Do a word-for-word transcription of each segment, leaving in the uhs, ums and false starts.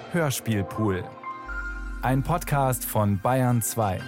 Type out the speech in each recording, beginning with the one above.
Hörspielpool. Ein Podcast von Bayern zwei.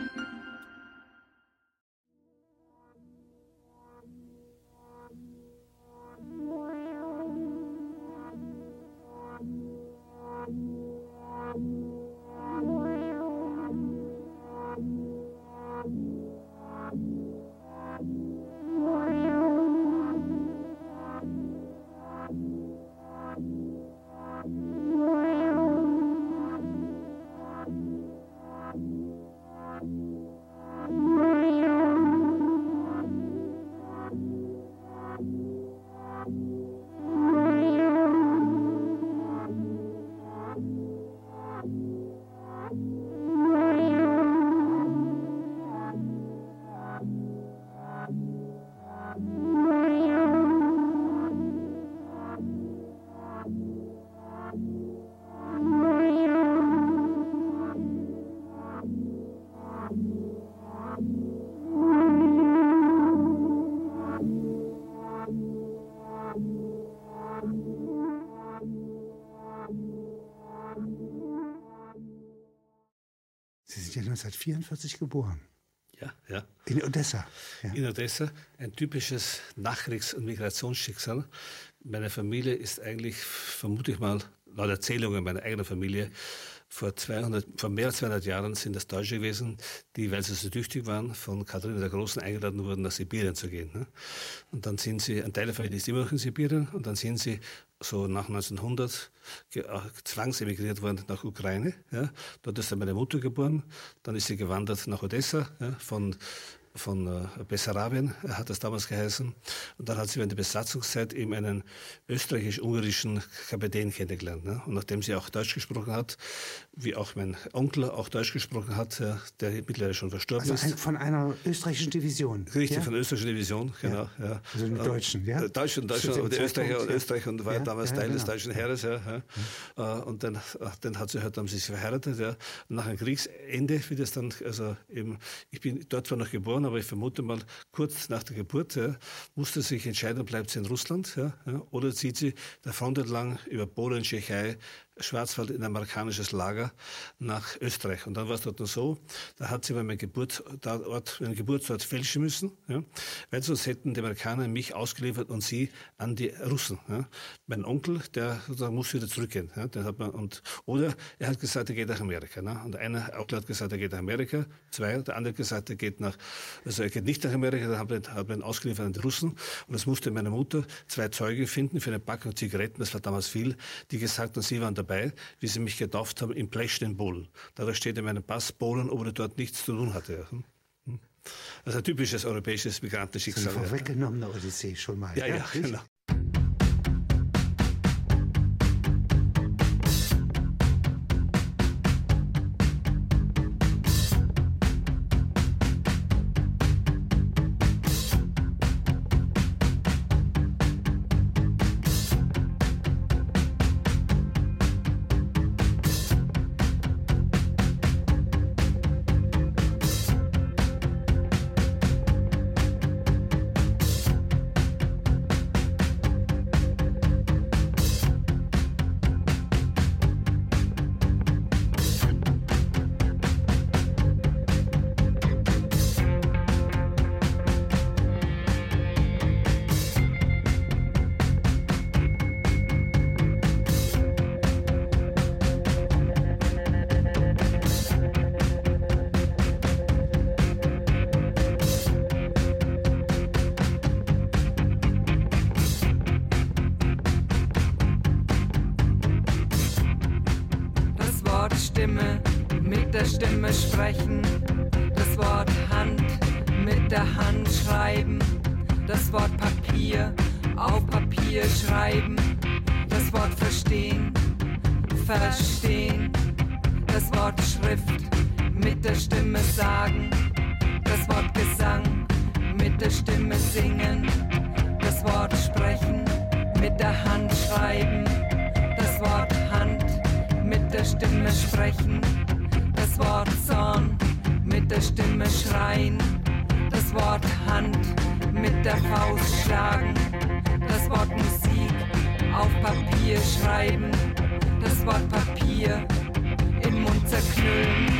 Sie sind ja neunzehnhundertvierundvierzig geboren. Ja, ja. In Odessa. Ja. In Odessa, ein typisches Nachkriegs- und Migrationsschicksal. Meine Familie ist eigentlich, vermute ich mal, laut Erzählungen meiner eigenen Familie, vor, zweihundert, vor mehr als zweihundert Jahren sind das Deutsche gewesen, die, weil sie so tüchtig waren, von Katharina der Großen eingeladen wurden, nach Sibirien zu gehen. Ne? Und dann sind sie, ein Teil der Familie ist immer noch in Sibirien, und dann sind sie so nach neunzehnhundert zwangsemigriert worden nach Ukraine. Ja? Dort ist dann meine Mutter geboren, dann ist sie gewandert nach Odessa, ja? von von äh, Bessarabien, hat das damals geheißen. Und dann hat sie während der Besatzungszeit eben einen österreichisch-ungarischen Kapitän kennengelernt. Ne? Und nachdem sie auch Deutsch gesprochen hat, wie auch mein Onkel auch Deutsch gesprochen hat, äh, der mittlerweile schon verstorben also ein, ist. Von einer österreichischen Division. Richtig, ja? von der österreichischen Division, genau. Ja. Ja. Also den Deutschen, ja? Deutschen, Deutschen, aber die Österreicher und ja. Österreich und war ja, damals ja, Teil genau. des deutschen Heeres. Ja, ja. Ja. Und dann, dann hat sie halt, haben sie sich verheiratet. Ja. Und nach dem Kriegsende, wie das dann, also eben, ich bin dort zwar noch geboren, aber ich vermute mal, kurz nach der Geburt ja, musste sich entscheiden, bleibt sie in Russland ja, ja, oder zieht sie der Front entlang über Polen, Tschechei, Schwarzwald in ein amerikanisches Lager nach Österreich. Und dann war es dort noch so, da hat sie meinen Geburtsort, meinen Geburtsort fälschen müssen, ja, weil sonst hätten die Amerikaner mich ausgeliefert und sie an die Russen. Ja. Mein Onkel, der sozusagen muss wieder zurückgehen. Ja, den hat man, und, oder er hat gesagt, er geht nach Amerika. Ne. Und einer Onkel hat gesagt, er geht nach Amerika. Zwei, der andere hat gesagt, er geht nach, also er geht nicht nach Amerika, dann hat man, hat man ihn ausgeliefert an die Russen. Und das musste meine Mutter zwei Zeugen finden für eine Packung Zigaretten, das war damals viel, die gesagt haben, sie waren dabei, wie sie mich getauft haben in Pleschten in Polen. Da steht in meinem Pass Polen, obwohl er dort nichts zu tun hatte. Also ein typisches europäisches Migrantenschicksal. So eine vorweggenommene Odyssee schon mal. Ja, ja, ja genau. Stimme, mit der Stimme sprechen, das Wort Hand, mit der Hand schreiben, das Wort Papier, auf Papier schreiben, das Wort verstehen, verstehen, das Wort Schrift, mit der Stimme sagen, das Wort Gesang, mit der Stimme singen, das Wort sprechen, mit der Hand schreiben, das Wort Hand, mit der Stimme sprechen, das Wort Zorn, mit der Stimme schreien, das Wort Hand, mit der Faust schlagen, das Wort Musik, auf Papier schreiben, das Wort Papier im Mund zerknüllen.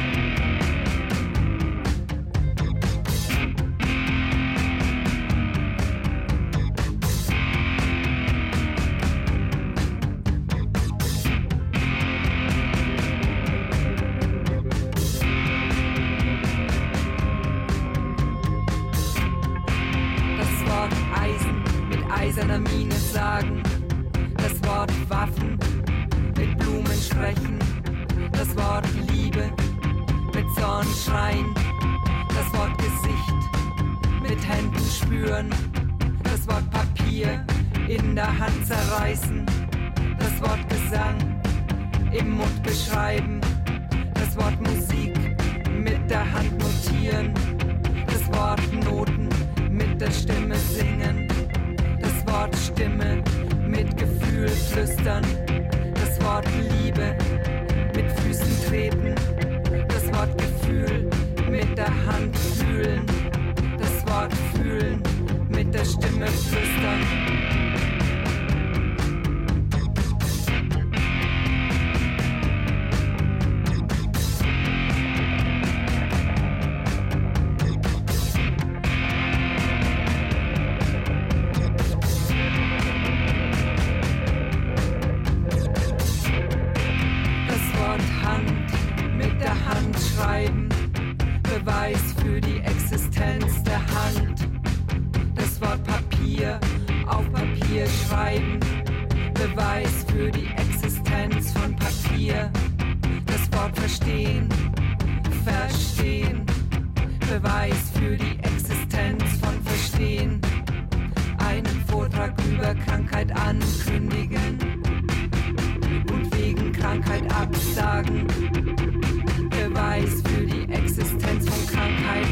Miene sagen, das Wort Waffen mit Blumen sprechen, das Wort Liebe mit Zorn schreien, das Wort Gesicht mit Händen spüren, das Wort Papier in der Hand zerreißen, das Wort Gesang im Mund beschreiben, das Wort Musik mit der Hand notieren, das Wort Noten mit der Stimme singen, das Wort Stimme mit Gefühl flüstern, das Wort Liebe mit Füßen treten, das Wort Gefühl mit der Hand fühlen, das Wort Fühlen mit der Stimme flüstern. Beweis für die Existenz der Hand. Das Wort Papier auf Papier schreiben. Beweis für die Existenz von Papier. Das Wort verstehen, verstehen. Beweis für die Existenz von Verstehen. Einen Vortrag über Krankheit ankündigen und wegen Krankheit absagen. Beweis für die Existenz von Krankheit.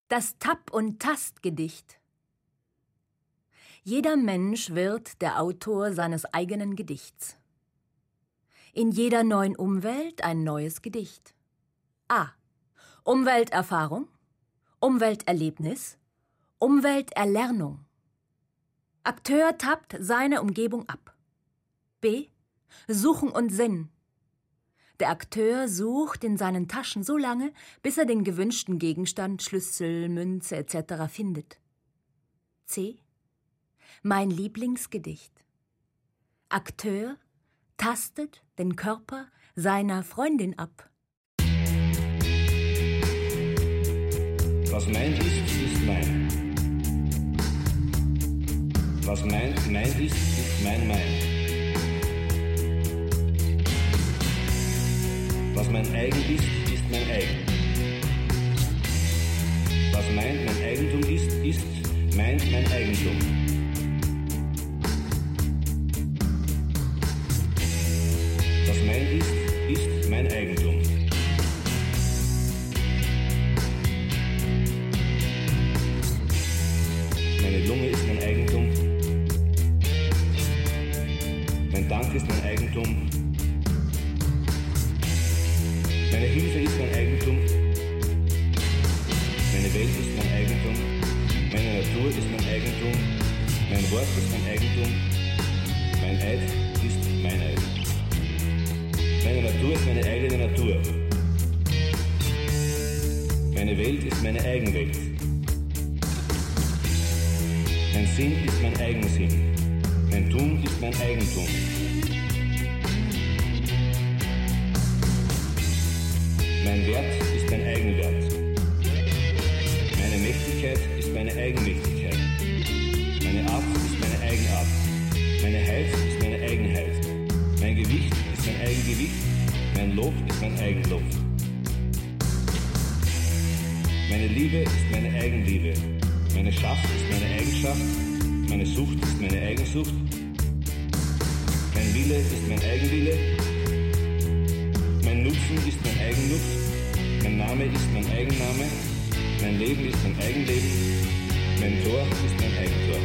Das Tapp- und Tastgedicht. Jeder Mensch wird der Autor seines eigenen Gedichts. In jeder neuen Umwelt ein neues Gedicht. A. Umwelterfahrung, Umwelterlebnis, Umwelterlernung. Akteur tappt seine Umgebung ab. B. Suchen und Sinn. Der Akteur sucht in seinen Taschen so lange, bis er den gewünschten Gegenstand, Schlüssel, Münze et cetera findet. C. Mein Lieblingsgedicht. Akteur tastet den Körper seiner Freundin ab. Was mein ist, ist mein. Was mein, mein ist, ist mein, mein. Was mein eigen ist, ist mein eigen. Was mein, mein Eigentum ist, ist mein, mein Eigentum. Was mein ist, ist mein Eigentum. Meine Lunge ist mein Eigentum. Mein Dank ist mein Eigentum. Meine Hilfe ist mein Eigentum. Meine Welt ist mein Eigentum. Meine Natur ist mein Eigentum. Mein Wort ist mein Eigentum. Mein Eid ist mein Eid. Meine Natur ist meine eigene Natur. Meine Welt ist meine Eigenwelt. Mein Sinn ist mein Eigensinn. Mein Tun ist mein Eigentum. Mein Wert ist mein Eigenwert. Meine Mächtigkeit ist meine Eigenmächtigkeit. Meine Art ist meine Eigenart. Meine Heit ist meine Eigenheit. Mein Gewicht ist mein Eigengewicht. Mein Lob ist mein Eigenlob. Meine Liebe ist meine Eigenliebe. Meine Schaft ist meine Eigenschaft. Meine Sucht ist meine Eigensucht. Mein Wille ist mein Eigenwille. Mein Nutzen ist mein Eigennutz. Mein Name ist mein Eigenname. Mein Leben ist mein Eigenleben. Mein Tor ist mein Eigentor.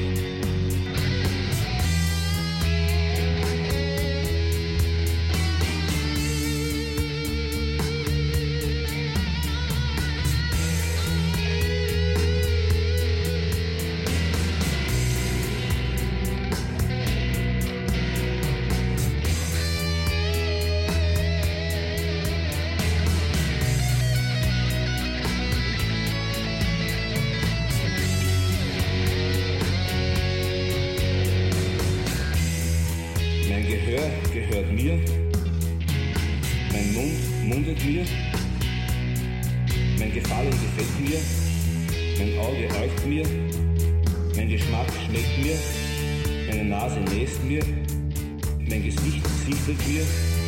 Gehört mir, mein Mund mundet mir, mein Gefallen gefällt mir, mein Auge äugt mir, mein Geschmack schmeckt mir, meine Nase näßt mir, mein Gesicht sichtet mir,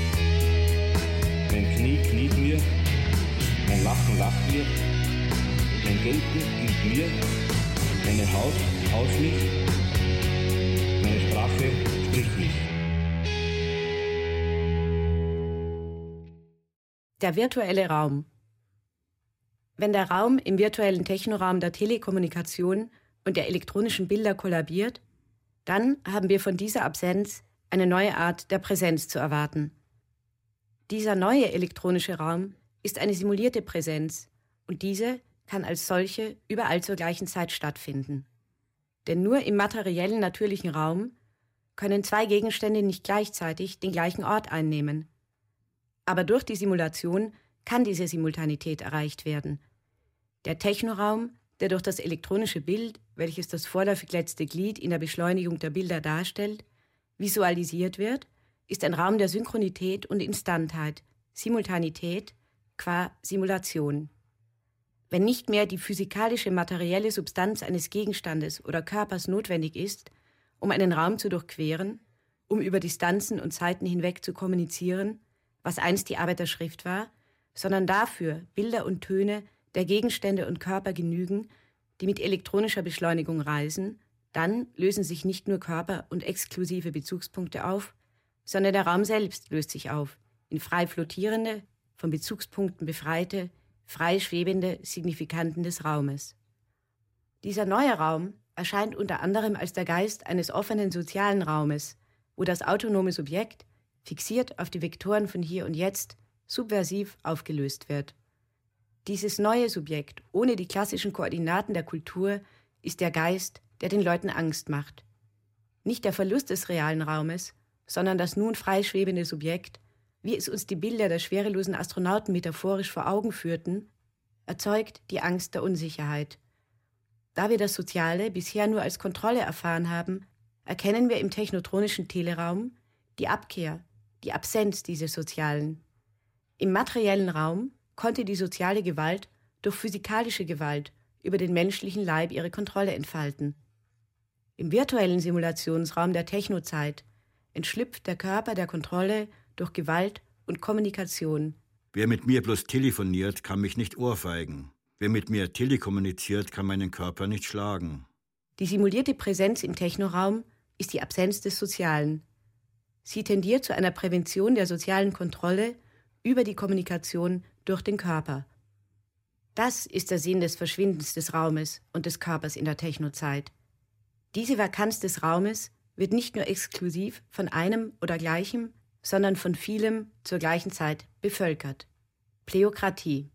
mein Knie kniet mir, mein Lachen lacht mir, mein Gelten gilt mir, meine Haut haut mich, meine Sprache spricht mich. Der virtuelle Raum. Wenn der Raum im virtuellen Technoraum der Telekommunikation und der elektronischen Bilder kollabiert, dann haben wir von dieser Absenz eine neue Art der Präsenz zu erwarten. Dieser neue elektronische Raum ist eine simulierte Präsenz und diese kann als solche überall zur gleichen Zeit stattfinden. Denn nur im materiellen natürlichen Raum können zwei Gegenstände nicht gleichzeitig den gleichen Ort einnehmen. Aber durch die Simulation kann diese Simultanität erreicht werden. Der Technoraum, der durch das elektronische Bild, welches das vorläufig letzte Glied in der Beschleunigung der Bilder darstellt, visualisiert wird, ist ein Raum der Synchronität und Instantheit, Simultanität qua Simulation. Wenn nicht mehr die physikalische materielle Substanz eines Gegenstandes oder Körpers notwendig ist, um einen Raum zu durchqueren, um über Distanzen und Zeiten hinweg zu kommunizieren, was einst die Arbeit der Schrift war, sondern dafür Bilder und Töne der Gegenstände und Körper genügen, die mit elektronischer Beschleunigung reisen, dann lösen sich nicht nur Körper und exklusive Bezugspunkte auf, sondern der Raum selbst löst sich auf, in frei flottierende, von Bezugspunkten befreite, frei schwebende Signifikanten des Raumes. Dieser neue Raum erscheint unter anderem als der Geist eines offenen sozialen Raumes, wo das autonome Subjekt, fixiert auf die Vektoren von Hier und Jetzt, subversiv aufgelöst wird. Dieses neue Subjekt ohne die klassischen Koordinaten der Kultur ist der Geist, der den Leuten Angst macht. Nicht der Verlust des realen Raumes, sondern das nun freischwebende Subjekt, wie es uns die Bilder der schwerelosen Astronauten metaphorisch vor Augen führten, erzeugt die Angst der Unsicherheit. Da wir das Soziale bisher nur als Kontrolle erfahren haben, erkennen wir im technotronischen Teleraum die Abkehr, die Absenz dieses Sozialen. Im materiellen Raum konnte die soziale Gewalt durch physikalische Gewalt über den menschlichen Leib ihre Kontrolle entfalten. Im virtuellen Simulationsraum der Technozeit entschlüpft der Körper der Kontrolle durch Gewalt und Kommunikation. Wer mit mir bloß telefoniert, kann mich nicht ohrfeigen. Wer mit mir telekommuniziert, kann meinen Körper nicht schlagen. Die simulierte Präsenz im Technoraum ist die Absenz des Sozialen. Sie tendiert zu einer Prävention der sozialen Kontrolle über die Kommunikation durch den Körper. Das ist der Sinn des Verschwindens des Raumes und des Körpers in der Technozeit. Diese Vakanz des Raumes wird nicht nur exklusiv von einem oder gleichem, sondern von vielem zur gleichen Zeit bevölkert. Pleokratie.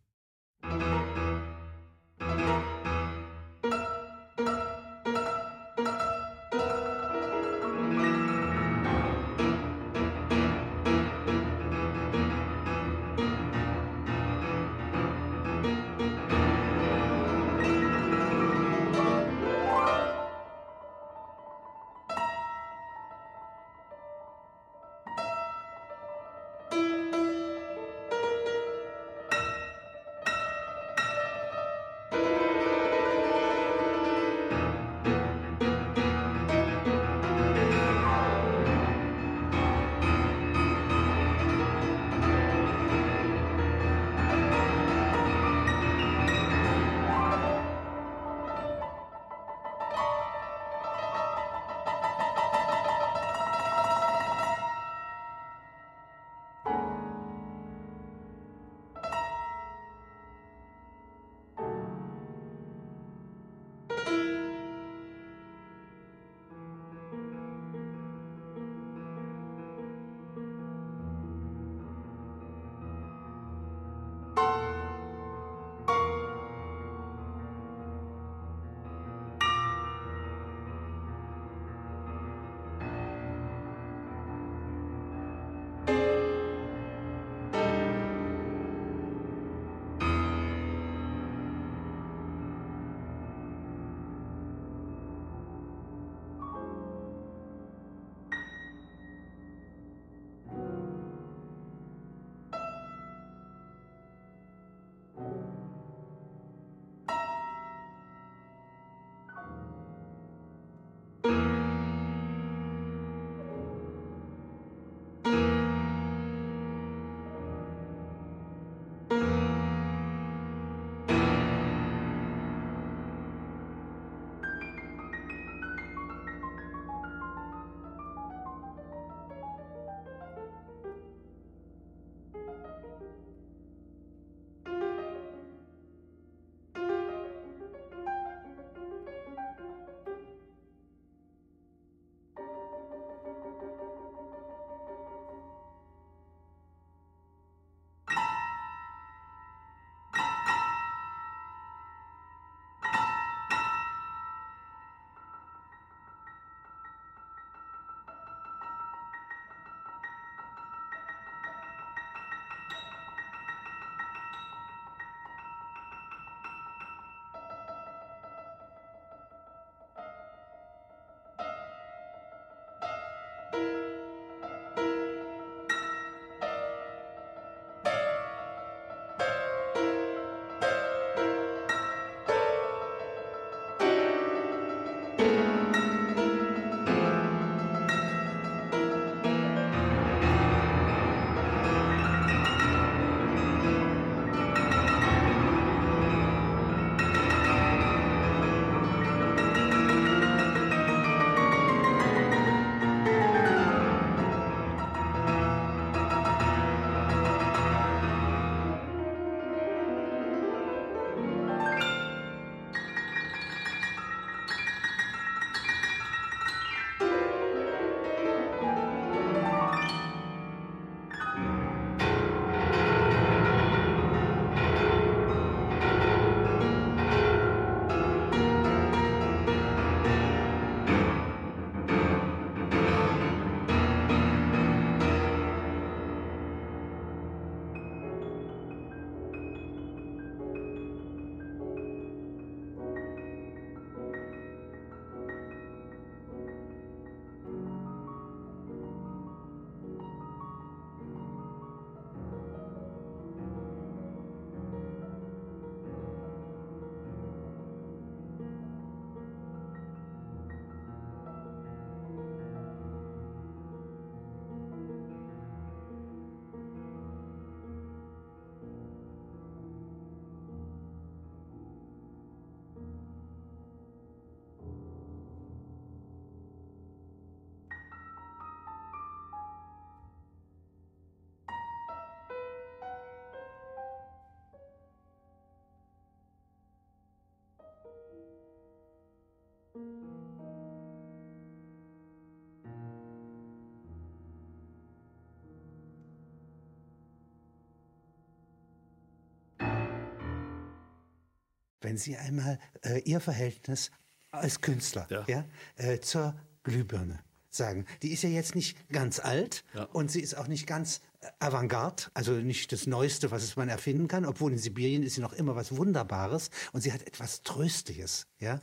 wenn Sie einmal äh, Ihr Verhältnis als Künstler ja. Ja, äh, zur Glühbirne sagen. Die ist ja jetzt nicht ganz alt ja. und sie ist auch nicht ganz Avantgarde, also nicht das Neueste, was man erfinden kann, obwohl in Sibirien ist sie noch immer was Wunderbares und sie hat etwas Tröstliches. Ja?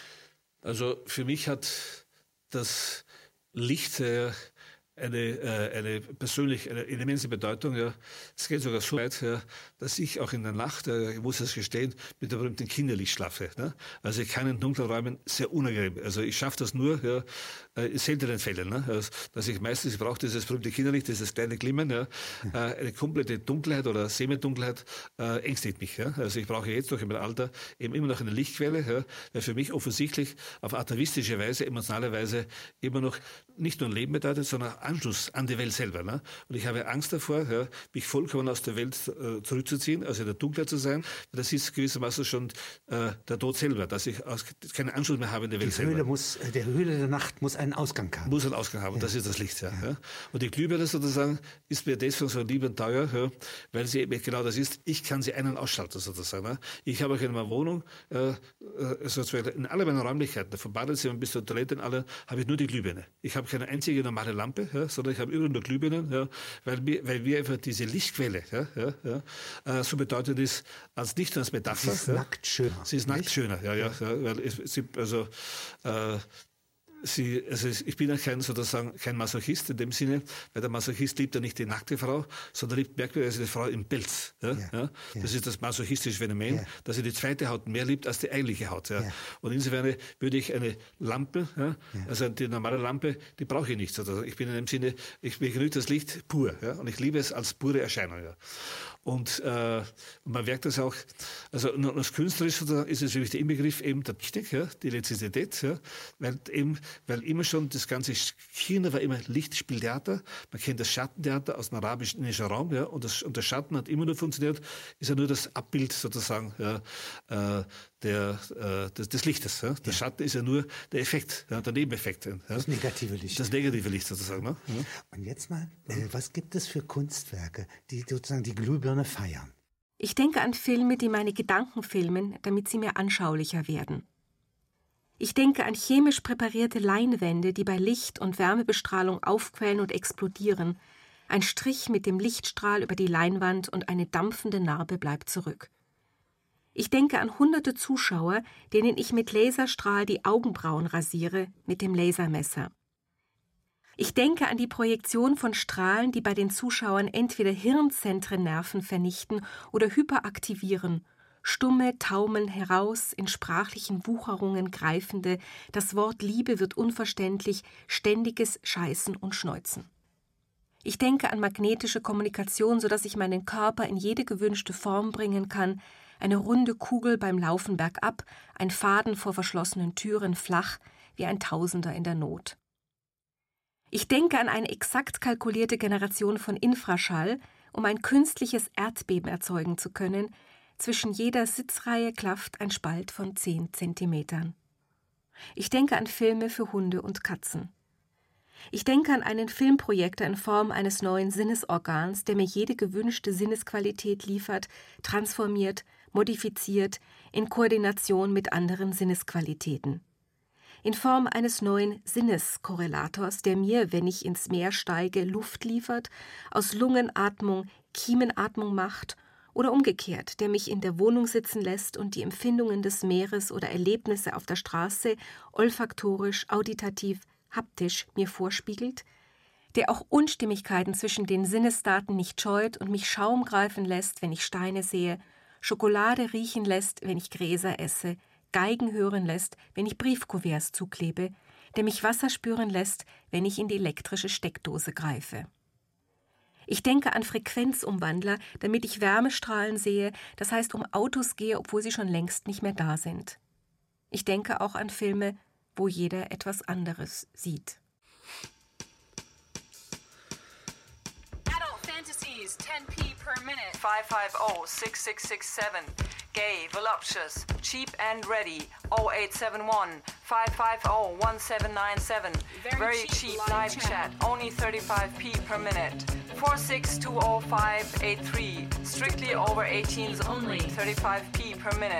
Also für mich hat das Licht äh, eine, äh, eine persönlich eine immense Bedeutung. Ja. Es geht sogar so weit, ja, dass ich auch in der Nacht, äh, ich muss es gestehen, mit der berühmten Kinderlicht schlafe. Ne? Also ich kann in dunklen Räumen sehr unangenehm. Also ich schaffe das nur ja, in seltenen Fällen. Ne? Also, dass ich meistens, ich brauche dieses berühmte Kinderlicht, dieses kleine Glimmen. Ja. Äh, eine komplette Dunkelheit oder Semidunkelheit äh, ängstigt mich. Ja. Also ich brauche jetzt noch in meinem Alter eben immer noch eine Lichtquelle, ja, weil für mich offensichtlich auf atavistische Weise, emotionale Weise immer noch nicht nur ein Leben bedeutet, sondern Anschluss an die Welt selber. Ne? Und ich habe Angst davor, ja, mich vollkommen aus der Welt äh, zurückzuziehen, also in der Dunkelheit zu sein. Das ist gewissermaßen schon äh, der Tod selber, dass ich aus, keinen Anschluss mehr habe in der Welt die selber. Höhle muss, der Höhle der Nacht muss einen Ausgang haben. Muss einen Ausgang haben, ja. Das ist das Licht. Ja. Ja. Ja. Und die Glühbirne sozusagen ist mir deswegen so lieb und teuer, ja, weil sie eben genau das ist, ich kann sie ein- und ausschalten sozusagen. Ja. Ich habe auch in meiner Wohnung, äh, sozusagen in alle meiner Räumlichkeiten, vom Badezimmer bis zur Toilette, in alle, habe ich nur die Glühbirne. Ich habe keine einzige normale Lampe, ja, sondern ich habe überall nur Glühbirnen, ja, weil, mir, weil mir einfach diese Lichtquelle ja, ja, ja, äh, so bedeutet ist, als nicht nur als Metapher. Sie ist ja. nackt schöner. Sie ist nackt nicht? schöner, ja, ja, ja, weil es, sie, also, äh, Sie, also ich bin ja kein, sozusagen, kein Masochist in dem Sinne, weil der Masochist liebt ja nicht die nackte Frau, sondern liebt merkwürdigerweise die Frau im Pelz. Ja, ja, ja. Das ja. ist das masochistische Phänomen, ja. dass er die zweite Haut mehr liebt als die eigentliche Haut. Ja. Ja. Und insofern würde ich eine Lampe, ja, ja. also die normale Lampe, die brauche ich nicht. Sozusagen. Ich bin in dem Sinne, ich mir genügt das Licht pur. Ja, und ich liebe es als pure Erscheinung. Ja. Und äh, man merkt das auch, also als künstlerisch ist es wirklich der Inbegriff eben der Technik, ja, die Elektrizität, ja, weil eben weil immer schon das ganze China war immer Lichtspieltheater. Man kennt das Schattentheater aus dem arabischen Raum, ja, und, das, und der Schatten hat immer nur funktioniert, ist ja nur das Abbild sozusagen ja, äh, der, äh, des, des Lichtes. Ja. Der ja. Schatten ist ja nur der Effekt, ja, der Nebeneffekt. Ja. Das negative Licht. Das negative Licht sozusagen. Ne? Ja. Und jetzt mal, äh, was gibt es für Kunstwerke, die sozusagen die Glühbirne feiern? Ich denke an Filme, die meine Gedanken filmen, damit sie mir anschaulicher werden. Ich denke an chemisch präparierte Leinwände, die bei Licht- und Wärmebestrahlung aufquellen und explodieren. Ein Strich mit dem Lichtstrahl über die Leinwand und eine dampfende Narbe bleibt zurück. Ich denke an hunderte Zuschauer, denen ich mit Laserstrahl die Augenbrauen rasiere, mit dem Lasermesser. Ich denke an die Projektion von Strahlen, die bei den Zuschauern entweder Hirnzentrennerven vernichten oder hyperaktivieren. Stumme taumeln heraus, in sprachlichen Wucherungen greifende, das Wort Liebe wird unverständlich, ständiges Scheißen und Schneuzen. Ich denke an magnetische Kommunikation, sodass ich meinen Körper in jede gewünschte Form bringen kann, eine runde Kugel beim Laufen bergab, ein Faden vor verschlossenen Türen flach, wie ein Tausender in der Not. Ich denke an eine exakt kalkulierte Generation von Infraschall, um ein künstliches Erdbeben erzeugen zu können. Zwischen jeder Sitzreihe klafft ein Spalt von zehn Zentimetern. Ich denke an Filme für Hunde und Katzen. Ich denke an einen Filmprojektor in Form eines neuen Sinnesorgans, der mir jede gewünschte Sinnesqualität liefert, transformiert, modifiziert, in Koordination mit anderen Sinnesqualitäten. In Form eines neuen Sinneskorrelators, der mir, wenn ich ins Meer steige, Luft liefert, aus Lungenatmung Kiemenatmung macht, oder umgekehrt, der mich in der Wohnung sitzen lässt und die Empfindungen des Meeres oder Erlebnisse auf der Straße olfaktorisch, auditativ, haptisch mir vorspiegelt, der auch Unstimmigkeiten zwischen den Sinnesdaten nicht scheut und mich Schaum greifen lässt, wenn ich Steine sehe, Schokolade riechen lässt, wenn ich Gräser esse, Geigen hören lässt, wenn ich Briefkuverts zuklebe, der mich Wasser spüren lässt, wenn ich in die elektrische Steckdose greife. Ich denke an Frequenzumwandler, damit ich Wärmestrahlen sehe, das heißt um Autos gehe, obwohl sie schon längst nicht mehr da sind. Ich denke auch an Filme, wo jeder etwas anderes sieht. Adult fantasies, ten p per minute. five five zero, six six six seven. Gay, voluptuous, cheap and ready. oh eight seven one, five five zero, one seven nine seven. Very, Very cheap, cheap live chat. chat, only thirty-five p per minute. four six two zero five eight three. Strictly over eighteens only, thirty-five p per minute.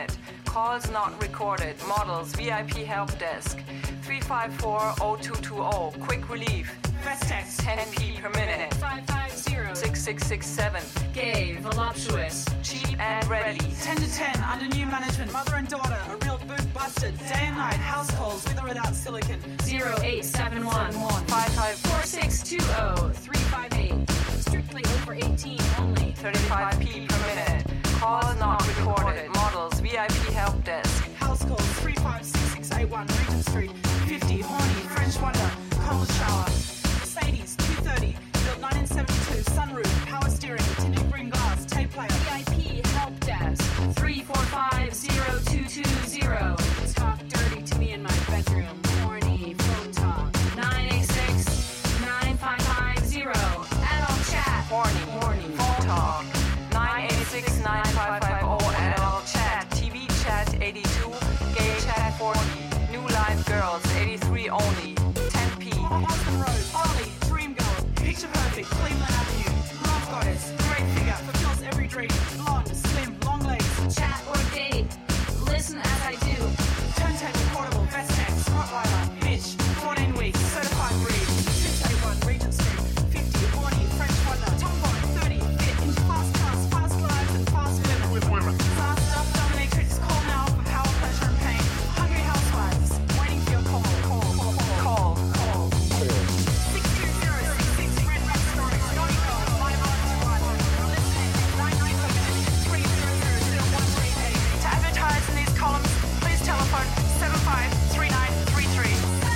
Calls not recorded. Models, V I P help desk. three five four oh two two oh. Quick relief. Vestex, ten p per minute. five five zero six six six seven. Gay, voluptuous, cheap and ready. ten to ten, under new management. Mother and daughter, a real boot busted. Day and night, house calls with or without silicon. zero eight seven one five five four six two oh three five eight. Strictly over eighteen only. thirty-five p per minute. Calls not recorded. Models, V I P help desk. House calls three five six six eight one Regent Street. fifty, horny, French Wonder, cold shower. Mercedes, two thirty, built nineteen seventy-two, sunroof, power steering, tinted green glass, tape player. V I P help desk. three four five zero two two zero. Talk dirty to me in my bedroom. Horny, phone talk. nine eight six nine five five zero. Adult chat. Horny, horny, phone talk. nine eight six nine five five zero. Adult chat. T V chat eighty-two. Gay chat forty. New live girls eighty-three only. ten p. Austin Road, Ollie, Dream Girl, Picture Perfect, Cleveland Avenue. Love Goddess, great figure, fulfills every dream. Blonde, slim, long legs. Chat or date. Listen as I do. Turntable, portable, Vestex, Rottweiler, bitch, fourteen weeks, certified breed. six eight one Regent Street, fifty, horny, French Wonder, tomboy, thirty, fit into fast cars, fast lives and fast women. With women. Fast stuff, dominatrix, call now for power, pleasure and pain. Hungry housewives, waiting for your call, call, call, call, call. six two zero six six, Red Rat Stories, Naughty Girl, My Heart is One. Listen, nine nine seven three zero zero zero one three eight. To advertise in these columns, please telephone seven five three nine three three.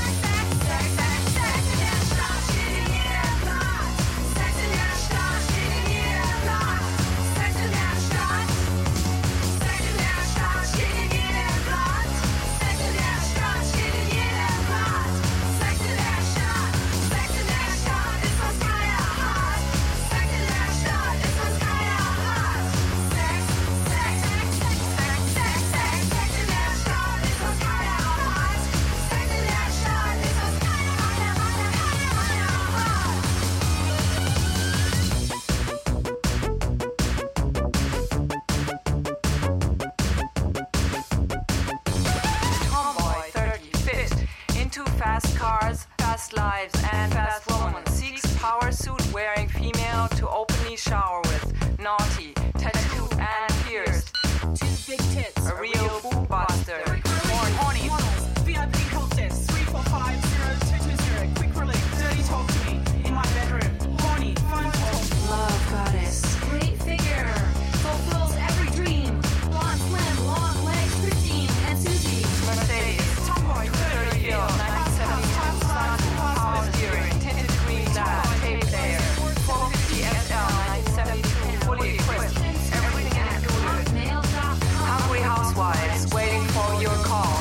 Tomboy, thirty, fit into fast cars, fast lives, and fast woman. Seeks power suit wearing female to openly shower with. Naughty, tattooed and pierced. Two big tits. A real boob buster. Horny, horny. Models, V I P help desk, three four five zero two two zero. Quick relief, dirty talk to me, in my bedroom. Horny, phone talk. Love goddess. Great figure. Fulfills every dream. Blonde, slim, long legs, Christine and Susie. Mercedes. Tomboy, thirty, thirty, Bill, nineteen seventy-two. Sun, power steering, tinted green glass, tape player. four fifty S L, nineteen seventy-two. Fully equipped. Everything included. Hungry housewives waiting for your call.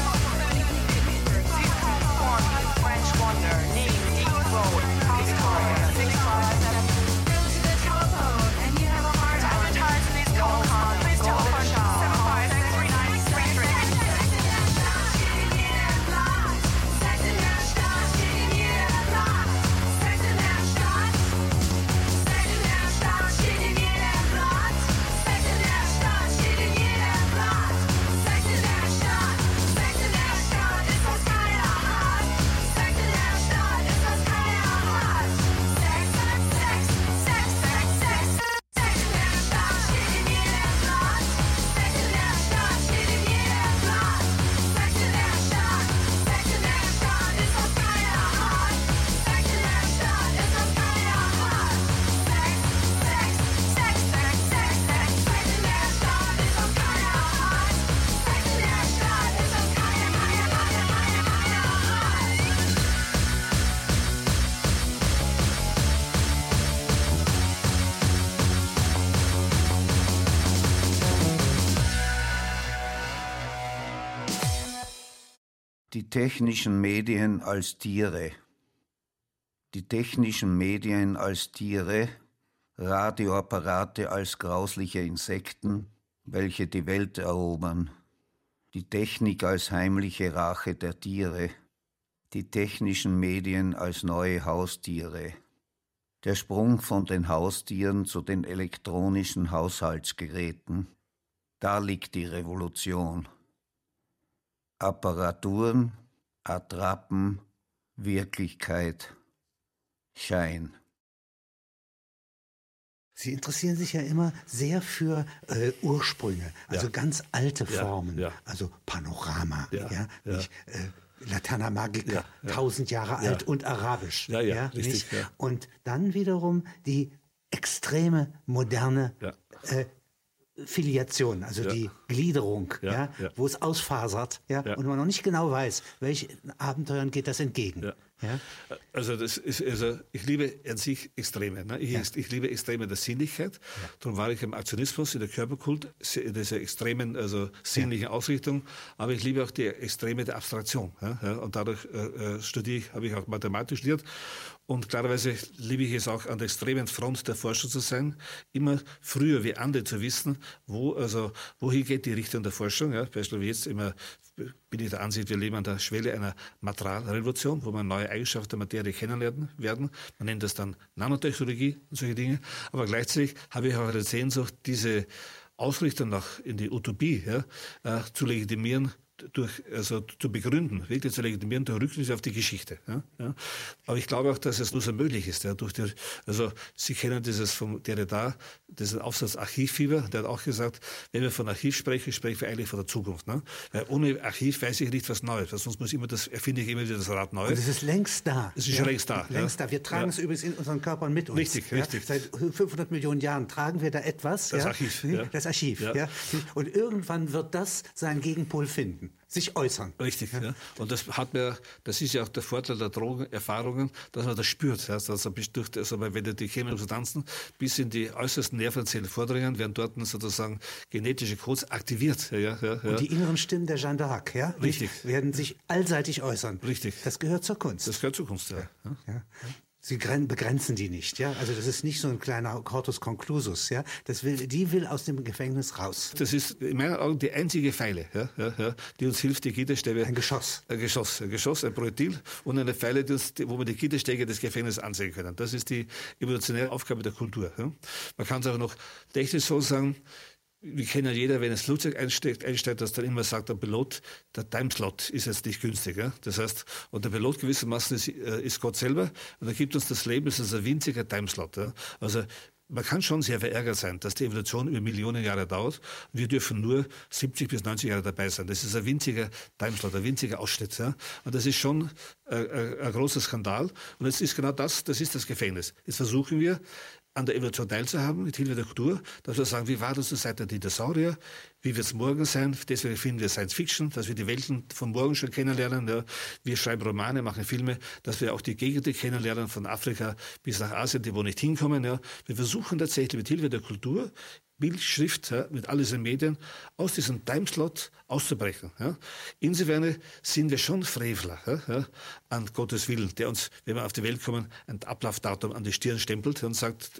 Horny, French Wonder, Nîmes, Deep Road, House Courier, six five seven. Go to the telephone and you have a hard time. Advertise in these columns. Please telephone seven five three nine three three. Die technischen Medien als Tiere. Die technischen Medien als Tiere, Radioapparate als grausliche Insekten, welche die Welt erobern. Die Technik als heimliche Rache der Tiere. Die technischen Medien als neue Haustiere. Der Sprung von den Haustieren zu den elektronischen Haushaltsgeräten. Da liegt die Revolution. Apparaturen, Attrappen, Wirklichkeit, Schein. Sie interessieren sich ja immer sehr für äh, Ursprünge, also Ja. ganz alte Ja, Formen, ja. also Panorama, ja, Ja, ja. Nicht, äh, Laterna Magica, Ja, ja. tausend Jahre Ja. alt und arabisch. Ja, ja, richtig, nicht? ja. Und dann wiederum die extreme moderne Ja. äh, Filiation, also Ja. die Gliederung, ja, Ja, ja. wo es ausfasert, ja, Ja. und man noch nicht genau weiß, welchen Abenteuern geht das entgegen. Ja. Ja? Also, das ist, also ich liebe an sich Extreme. Ne? Ich, Ja. ich liebe Extreme der Sinnlichkeit. Darum war ich im Aktionismus, in der Körperkult, in dieser extremen, also sinnlichen Ausrichtung. Aber ich liebe auch die Extreme der Abstraktion. Ja? Ja? Und dadurch äh, studiere ich, habe ich auch Mathematik studiert. Und klarerweise liebe ich es auch, an der extremen Front der Forschung zu sein, immer früher wie andere zu wissen, wo, also, wohin geht die Richtung der Forschung. Ja? Beispielsweise jetzt immer bin ich der Ansicht, wir leben an der Schwelle einer Materialrevolution, wo wir neue Eigenschaften der Materie kennenlernen werden. Man nennt das dann Nanotechnologie und solche Dinge. Aber gleichzeitig habe ich auch eine Sehnsucht, diese Ausrichtung nach in die Utopie ja, äh, zu legitimieren, durch, also zu begründen, wirklich zu legitimieren durch Rückschlüsse auf die Geschichte. Ja, ja. Aber ich glaube auch, dass es nur so möglich ist. Ja, durch die, also Sie kennen dieses vom Derrida, diesen Aufsatz Archivfieber, der hat auch gesagt, wenn wir von Archiv sprechen, sprechen wir eigentlich von der Zukunft. Ne? Weil ohne Archiv weiß ich nicht was Neues, weil sonst muss immer das, erfinde ich immer wieder das Rad neu. Und es ist längst da. Es ist schon längst da. Längst ja. da. Wir tragen ja. es übrigens in unseren Körpern mit uns. Richtig, ja? richtig. Seit fünfhundert Millionen Jahren tragen wir da etwas. Das ja? Archiv, ja. Das Archiv. Ja. Ja? Und irgendwann wird das seinen Gegenpol finden, sich äußern. Richtig, ja. Ja. Und das hat mir, das ist ja auch der Vorteil der Drogenerfahrungen, dass man das spürt. Ja. Also, durch, also wenn die chemischen Substanzen bis in die äußersten Nervenzellen vordringen, werden dort sozusagen genetische Codes aktiviert. Ja, ja, ja. Und die inneren Stimmen der Jeanne d'Arc, ja? Richtig. werden sich allseitig äußern. Richtig. Das gehört zur Kunst. Das gehört zur Kunst, ja. ja. ja. Sie begrenzen die nicht, ja. Also das ist nicht so ein kleiner Cortus conclusus, ja. Das will, die will aus dem Gefängnis raus. Das ist in meinen Augen die einzige Feile, ja, ja, ja, die uns hilft, die Gitterstäbe. Ein Geschoss. Ein Geschoss, ein Geschoss, ein Projektil und eine Feile, die uns, wo wir die Gitterstäbe des Gefängnisses ansehen können. Das ist die evolutionäre Aufgabe der Kultur. Ja. Man kann es auch noch technisch so sagen. Wir kennen ja jeder, wenn ein Flugzeug einsteigt, einsteigt, dass dann immer sagt, der Pilot, der Timeslot ist jetzt nicht günstig. Ja? Das heißt, und der Pilot gewissermaßen ist, äh, ist Gott selber und er gibt uns das Leben, es ist ein winziger Timeslot. Ja? Also man kann schon sehr verärgert sein, dass die Evolution über Millionen Jahre dauert. Wir dürfen nur siebzig bis neunzig Jahre dabei sein. Das ist ein winziger Timeslot, ein winziger Ausschnitt. Ja? Und das ist schon äh, äh, ein großer Skandal. Und jetzt ist genau das, das ist das Gefängnis. Jetzt versuchen wir, an der Evolution teilzuhaben, mit Hilfe der Kultur, dass wir sagen, wie war das zur Zeit der Dinosaurier, wie wird es morgen sein, deswegen finden wir Science Fiction, dass wir die Welten von morgen schon kennenlernen, ja. Wir schreiben Romane, machen Filme, dass wir auch die Gegenden kennenlernen, von Afrika bis nach Asien, die wo nicht hinkommen. Ja. Wir versuchen tatsächlich mit Hilfe der Kultur, Bild, Schrift, ja, mit all diesen Medien, aus diesem Timeslot auszubrechen. Ja. Insofern sind wir schon Frevler ja, ja, an Gottes Willen, der uns, wenn wir auf die Welt kommen, ein Ablaufdatum an die Stirn stempelt und sagt,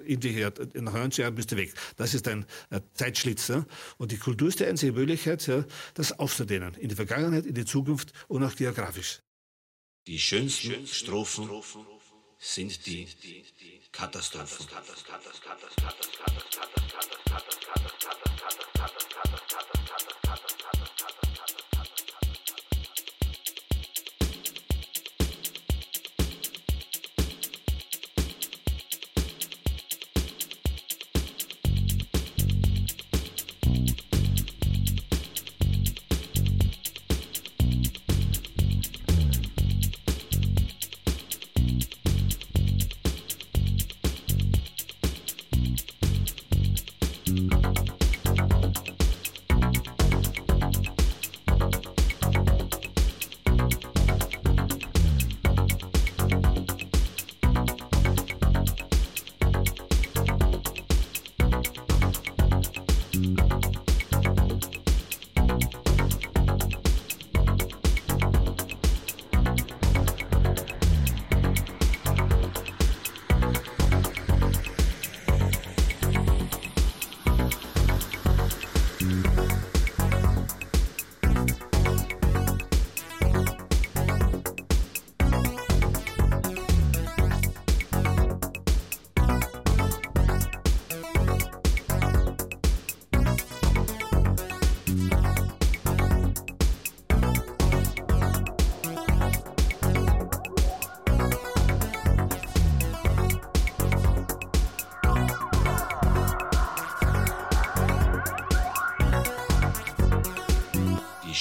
nach neunzig Jahren bist du weg. Das ist ein äh, Zeitschlitz. Ja. Und die Kultur ist die einzige Möglichkeit, ja, das auszudehnen, in die Vergangenheit, in die Zukunft und auch geografisch. Die schönsten Strophen sind die Katastrophen.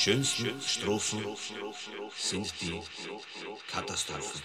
schönsten Strophen sind die Katastrophen.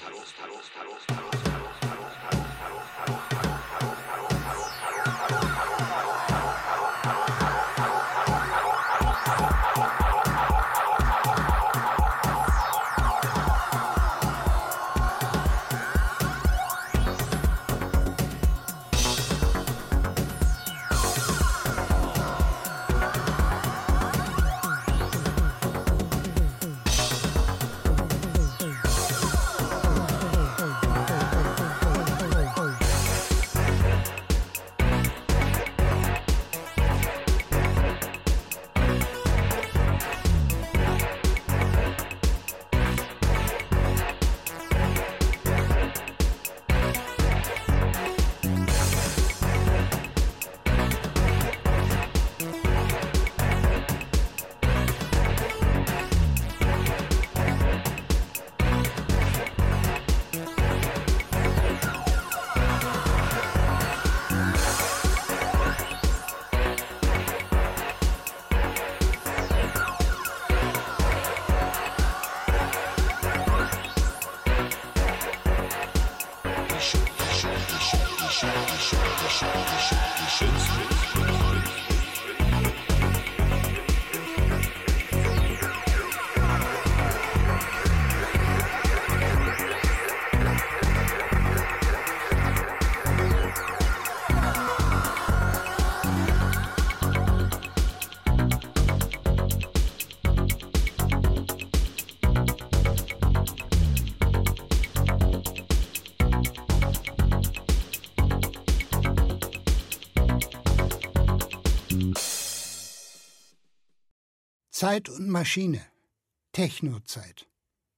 Zeit und Maschine. Technozeit.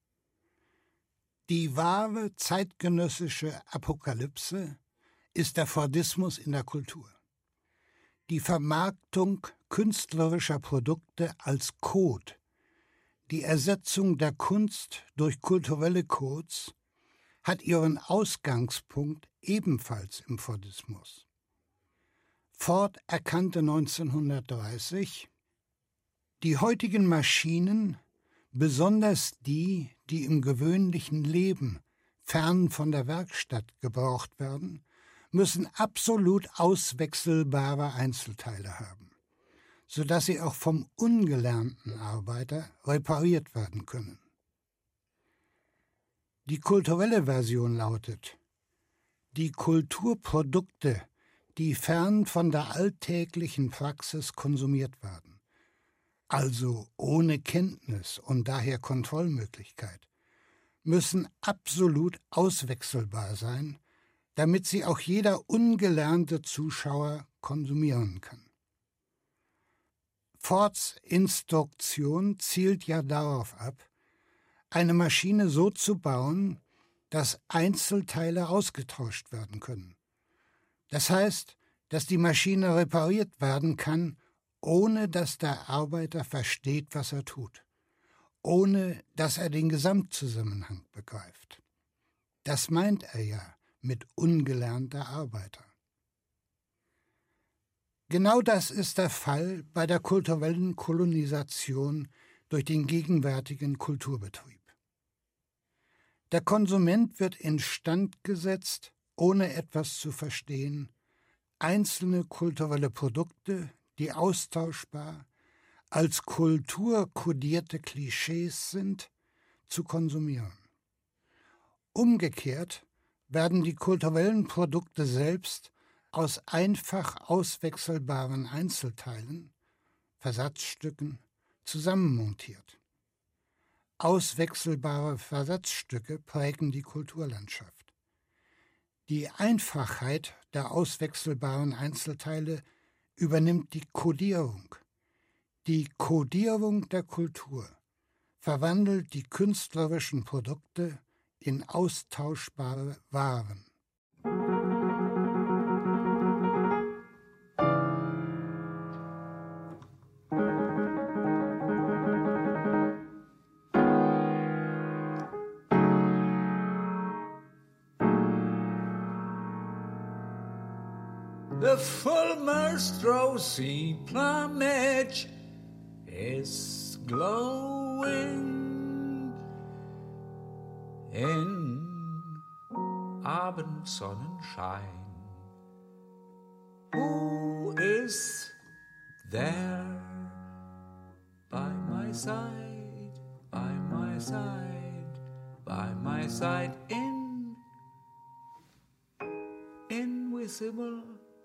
Die wahre zeitgenössische Apokalypse ist der Fordismus in der Kultur. Die Vermarktung künstlerischer Produkte als Code, die Ersetzung der Kunst durch kulturelle Codes, hat ihren Ausgangspunkt ebenfalls im Fordismus. Ford erkannte neunzehnhundertdreißig, die heutigen Maschinen, besonders die, die im gewöhnlichen Leben fern von der Werkstatt gebraucht werden, müssen absolut auswechselbare Einzelteile haben, sodass sie auch vom ungelernten Arbeiter repariert werden können. Die kulturelle Version lautet: Die Kulturprodukte, die fern von der alltäglichen Praxis konsumiert werden, also ohne Kenntnis und daher Kontrollmöglichkeit, müssen absolut auswechselbar sein, damit sie auch jeder ungelernte Zuschauer konsumieren kann. Fords Instruktion zielt ja darauf ab, eine Maschine so zu bauen, dass Einzelteile ausgetauscht werden können. Das heißt, dass die Maschine repariert werden kann, ohne dass der Arbeiter versteht, was er tut, ohne dass er den Gesamtzusammenhang begreift. Das meint er ja mit ungelernter Arbeiter. Genau das ist der Fall bei der kulturellen Kolonisation durch den gegenwärtigen Kulturbetrieb. Der Konsument wird instand gesetzt, ohne etwas zu verstehen, einzelne kulturelle Produkte, die austauschbar, als kulturkodierte Klischees sind, zu konsumieren. Umgekehrt werden die kulturellen Produkte selbst aus einfach auswechselbaren Einzelteilen, Versatzstücken, zusammenmontiert. Auswechselbare Versatzstücke prägen die Kulturlandschaft. Die Einfachheit der auswechselbaren Einzelteile übernimmt die Kodierung. Die Kodierung der Kultur verwandelt die künstlerischen Produkte in austauschbare Waren. The full maelstrom sea plumage is glowing in Abendsonnenschein. Who is there by my side, by my side, by my side, in invisible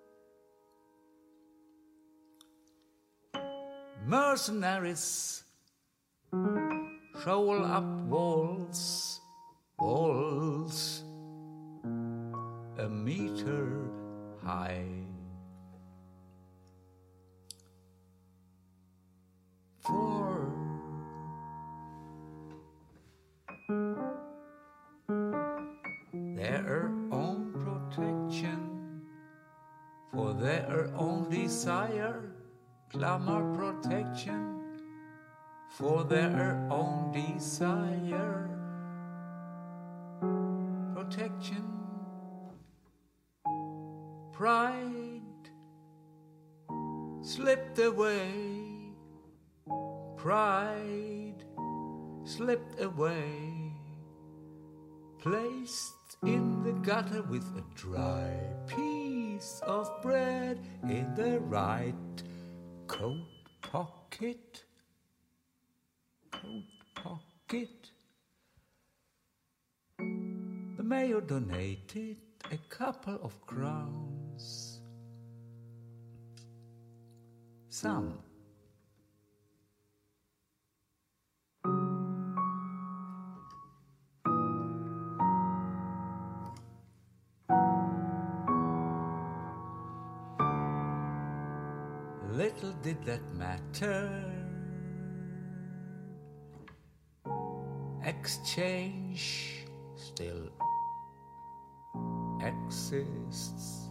mercenaries, shovel up walls, walls a meter high. For their own protection, for their own desire, clamor protection, for their own desire, protection, pride slipped away. Pride slipped away, placed in the gutter with a dry piece of bread in the right coat pocket. Coat pocket. The mayor donated a couple of crowns. Some little did that matter. Exchange still exists.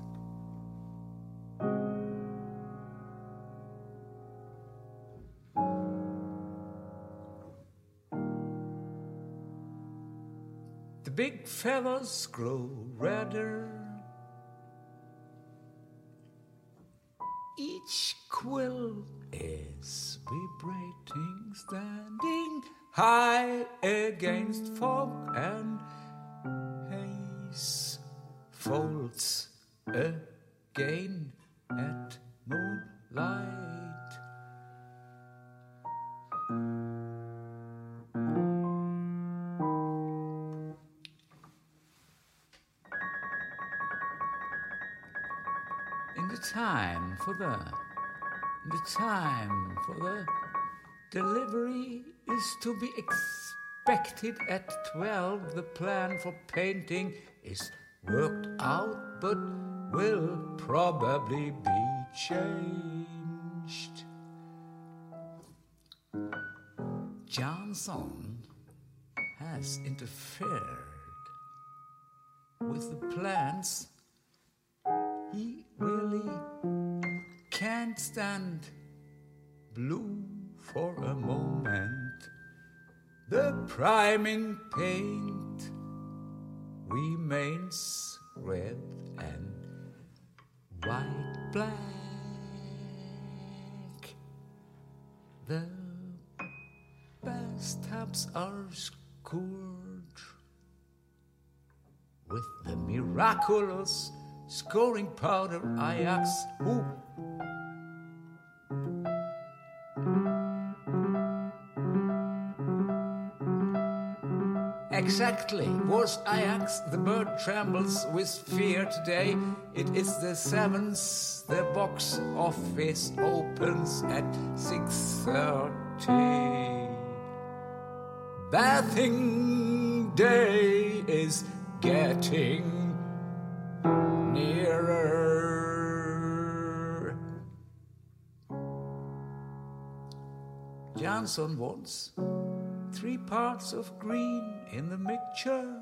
The big feathers grow redder. Each quill is vibrating, standing high against fog and haze. Folds again at moonlight. In the time for the, the time for the delivery is to be expected at twelve. The plan for painting is worked out, but will probably be changed. Johnson has interfered with the plans. He really can't stand blue for a moment. The priming paint remains red and white black. The bathtubs are scored with the miraculous scoring powder Ajax, who exactly was Ajax. The bird trembles with fear today. It is the seventh. The box office opens at six thirty. Bathing day is getting nearer. Johnson wants three parts of green in the mixture.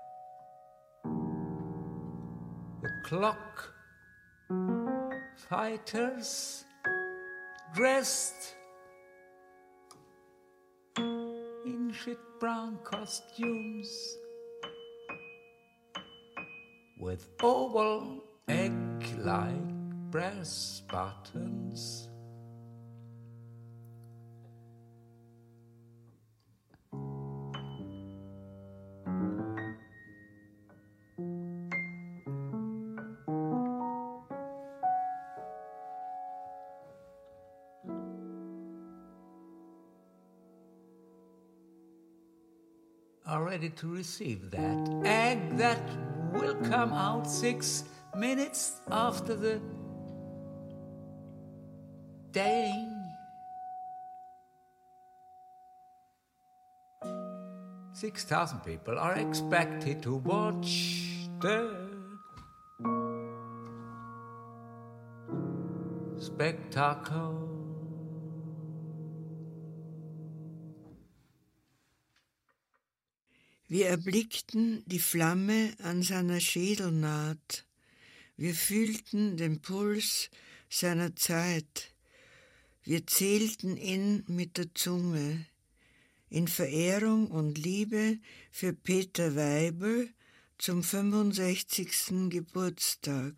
The clock fighters dressed in shit brown costumes with oval egg-like brass buttons. are ready to receive that egg that will come out six minutes after the day. Six thousand people are expected to watch the spectacle. Wir erblickten die Flamme an seiner Schädelnaht. Wir fühlten den Puls seiner Zeit. Wir zählten ihn mit der Zunge. In Verehrung und Liebe für Peter Weibel zum fünfundsechzigsten Geburtstag.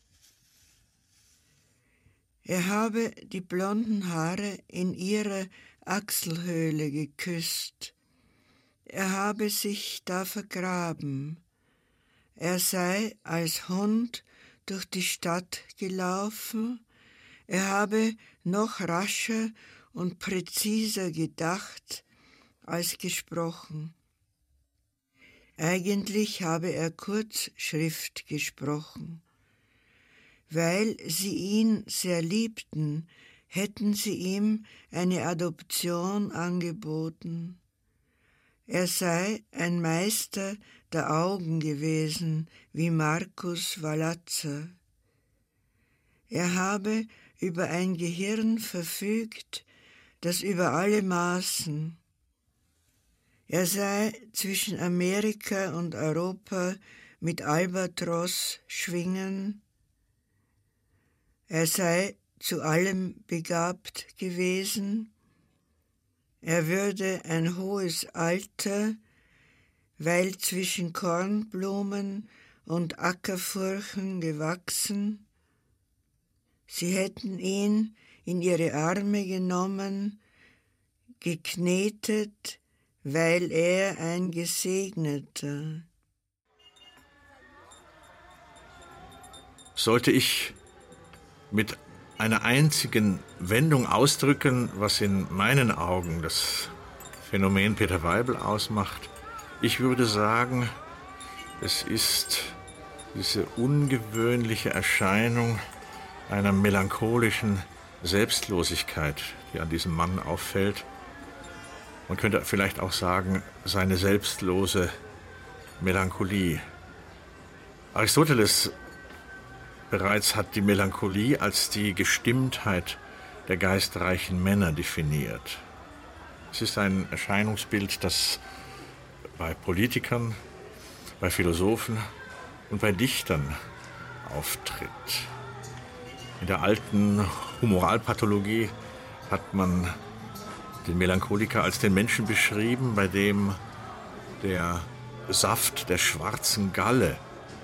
Er habe die blonden Haare in ihrer Achselhöhle geküsst. Er habe sich da vergraben. Er sei als Hund durch die Stadt gelaufen. Er habe noch rascher und präziser gedacht als gesprochen. Eigentlich habe er Kurzschrift gesprochen. Weil sie ihn sehr liebten, hätten sie ihm eine Adoption angeboten. Er sei ein Meister der Augen gewesen, wie Markus Wallatzer. Er habe über ein Gehirn verfügt, das über alle Maßen. Er sei zwischen Amerika und Europa mit Albatros schwingen. Er sei zu allem begabt gewesen. Er würde ein hohes Alter, weil zwischen Kornblumen und Ackerfurchen gewachsen. Sie hätten ihn in ihre Arme genommen, geknetet, weil er ein Gesegneter. Sollte ich mit einer einzigen Wendung ausdrücken, was in meinen Augen das Phänomen Peter Weibel ausmacht. Ich würde sagen, es ist diese ungewöhnliche Erscheinung einer melancholischen Selbstlosigkeit, die an diesem Mann auffällt. Man könnte vielleicht auch sagen, seine selbstlose Melancholie. Aristoteles bereits hat die Melancholie als die Gestimmtheit der geistreichen Männer definiert. Es ist ein Erscheinungsbild, das bei Politikern, bei Philosophen und bei Dichtern auftritt. In der alten Humoralpathologie hat man den Melancholiker als den Menschen beschrieben, bei dem der Saft der schwarzen Galle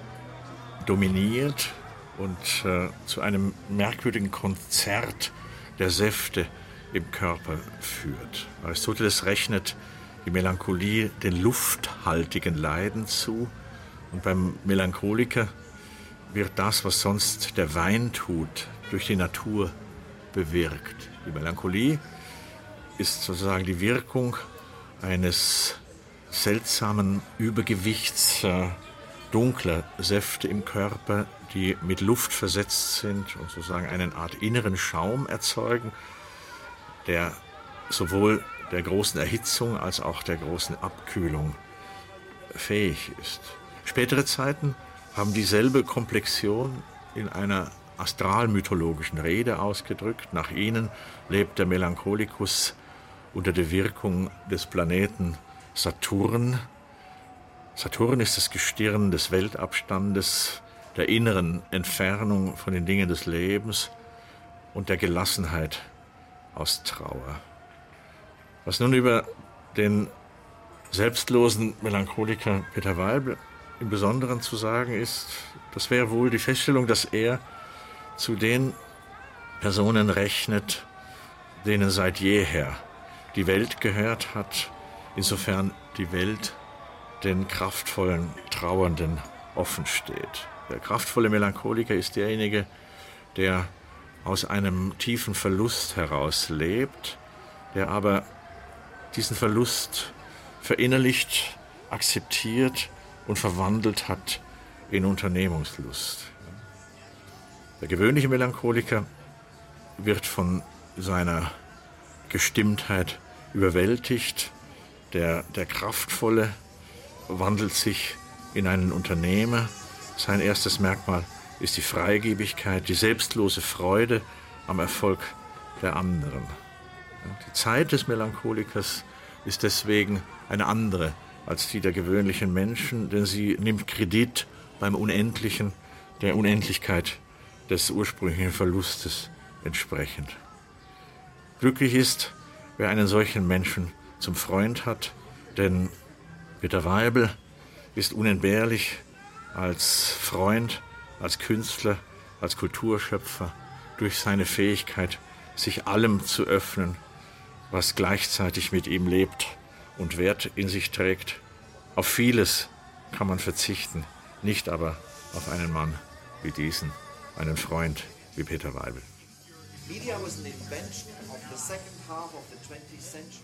dominiert und äh, zu einem merkwürdigen Konzert der Säfte im Körper führt. Aristoteles rechnet die Melancholie den lufthaltigen Leiden zu und beim Melancholiker wird das, was sonst der Wein tut, durch die Natur bewirkt. Die Melancholie ist sozusagen die Wirkung eines seltsamen Übergewichts äh, dunkler Säfte im Körper, die mit Luft versetzt sind und sozusagen eine Art inneren Schaum erzeugen, der sowohl der großen Erhitzung als auch der großen Abkühlung fähig ist. Spätere Zeiten haben dieselbe Komplexion in einer astralmythologischen Rede ausgedrückt. Nach ihnen lebt der Melancholikus unter der Wirkung des Planeten Saturn. Saturn ist das Gestirn des Weltabstandes, der inneren Entfernung von den Dingen des Lebens und der Gelassenheit aus Trauer. Was nun über den selbstlosen Melancholiker Peter Weibel im Besonderen zu sagen ist, das wäre wohl die Feststellung, dass er zu den Personen rechnet, denen seit jeher die Welt gehört hat, insofern die Welt den kraftvollen Trauernden offen steht. Der kraftvolle Melancholiker ist derjenige, der aus einem tiefen Verlust heraus lebt, der aber diesen Verlust verinnerlicht akzeptiert und verwandelt hat in Unternehmungslust. Der gewöhnliche Melancholiker wird von seiner Gestimmtheit überwältigt. Der, der Kraftvolle wandelt sich in einen Unternehmer. Sein erstes Merkmal ist die Freigebigkeit, die selbstlose Freude am Erfolg der anderen. Die Zeit des Melancholikers ist deswegen eine andere als die der gewöhnlichen Menschen, denn sie nimmt Kredit beim Unendlichen, der Unendlichkeit des ursprünglichen Verlustes entsprechend. Glücklich ist, wer einen solchen Menschen zum Freund hat, denn Peter Weibel ist unentbehrlich als Freund, als Künstler, als Kulturschöpfer durch seine Fähigkeit, sich allem zu öffnen, was gleichzeitig mit ihm lebt und Wert in sich trägt. Auf vieles kann man verzichten, nicht aber auf einen Mann wie diesen, einen Freund wie Peter Weibel. Media was an invention of the second half of the twentieth century.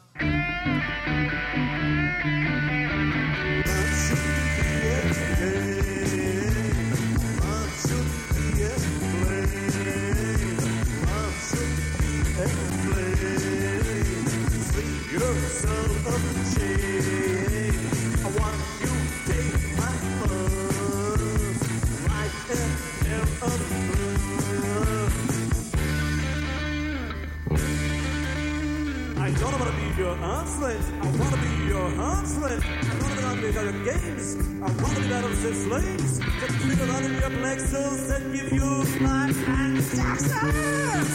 I don't wanna be your arms friend. I wanna be your arms friend. I don't wanna be your games. I wanna be that of the flames. Just figure out in your plexus and give you life and success.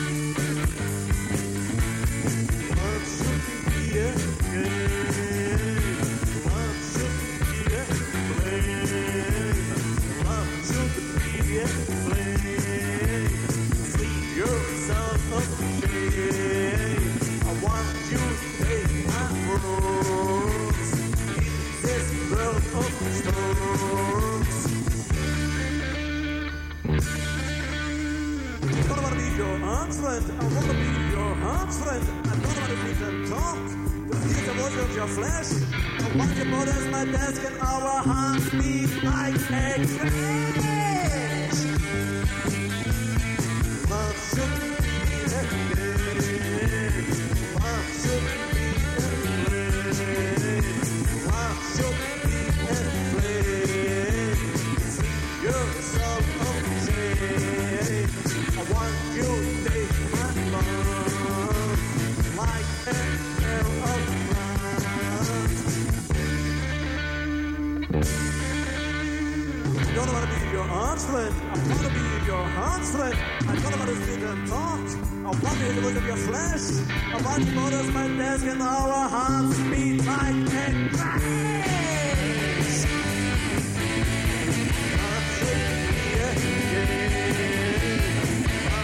What should be a game? What should be a flame? What should be a flame? Free yourself of shame. I want you to take my rose in this world of storms. I don't wanna be your arms friend. I wanna be your arms friend. I don't wanna be the talk. To hear the voice of your flesh. I want your body as my desk and our hearts beat like a crash. What should be a game? What should be a flame? What should be a flame? Free yourself of shame. I want you to take my love like an air of love. I don't wanna be your arms friend. I wanna be your arms friend. I don't wanna sit and talk. I want to hear the voice of your flesh. I want to notice my desk and our hearts beat like a crash. What should be a game?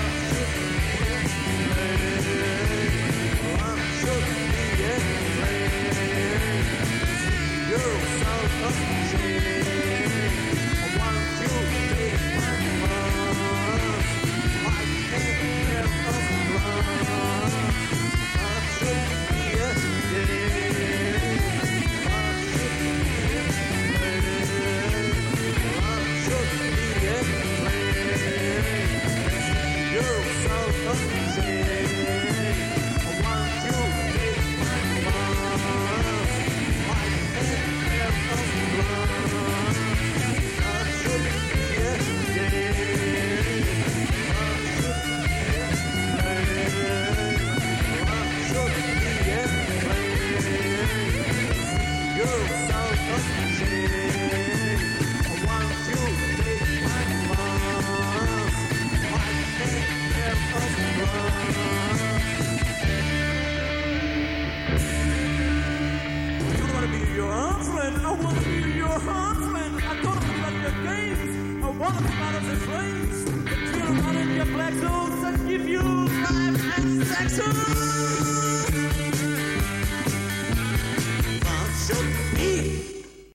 What should be a flame? Free yourself of shame. I want you to take my love like an air of love. What should be a game? What should be a flame? What should be a flame? Free yourself of shame. I want you to take my love like an air of love. What should be a game? What should be a flame? What should be a flame? Free yourself of shame. I want you to take my love like an air of love. I don't wanna be your arms friend. I wanna be your arms friend. I don't wanna play your games. I wanna be out of the flames. Feel around in your black zones and give you life and sex. What should be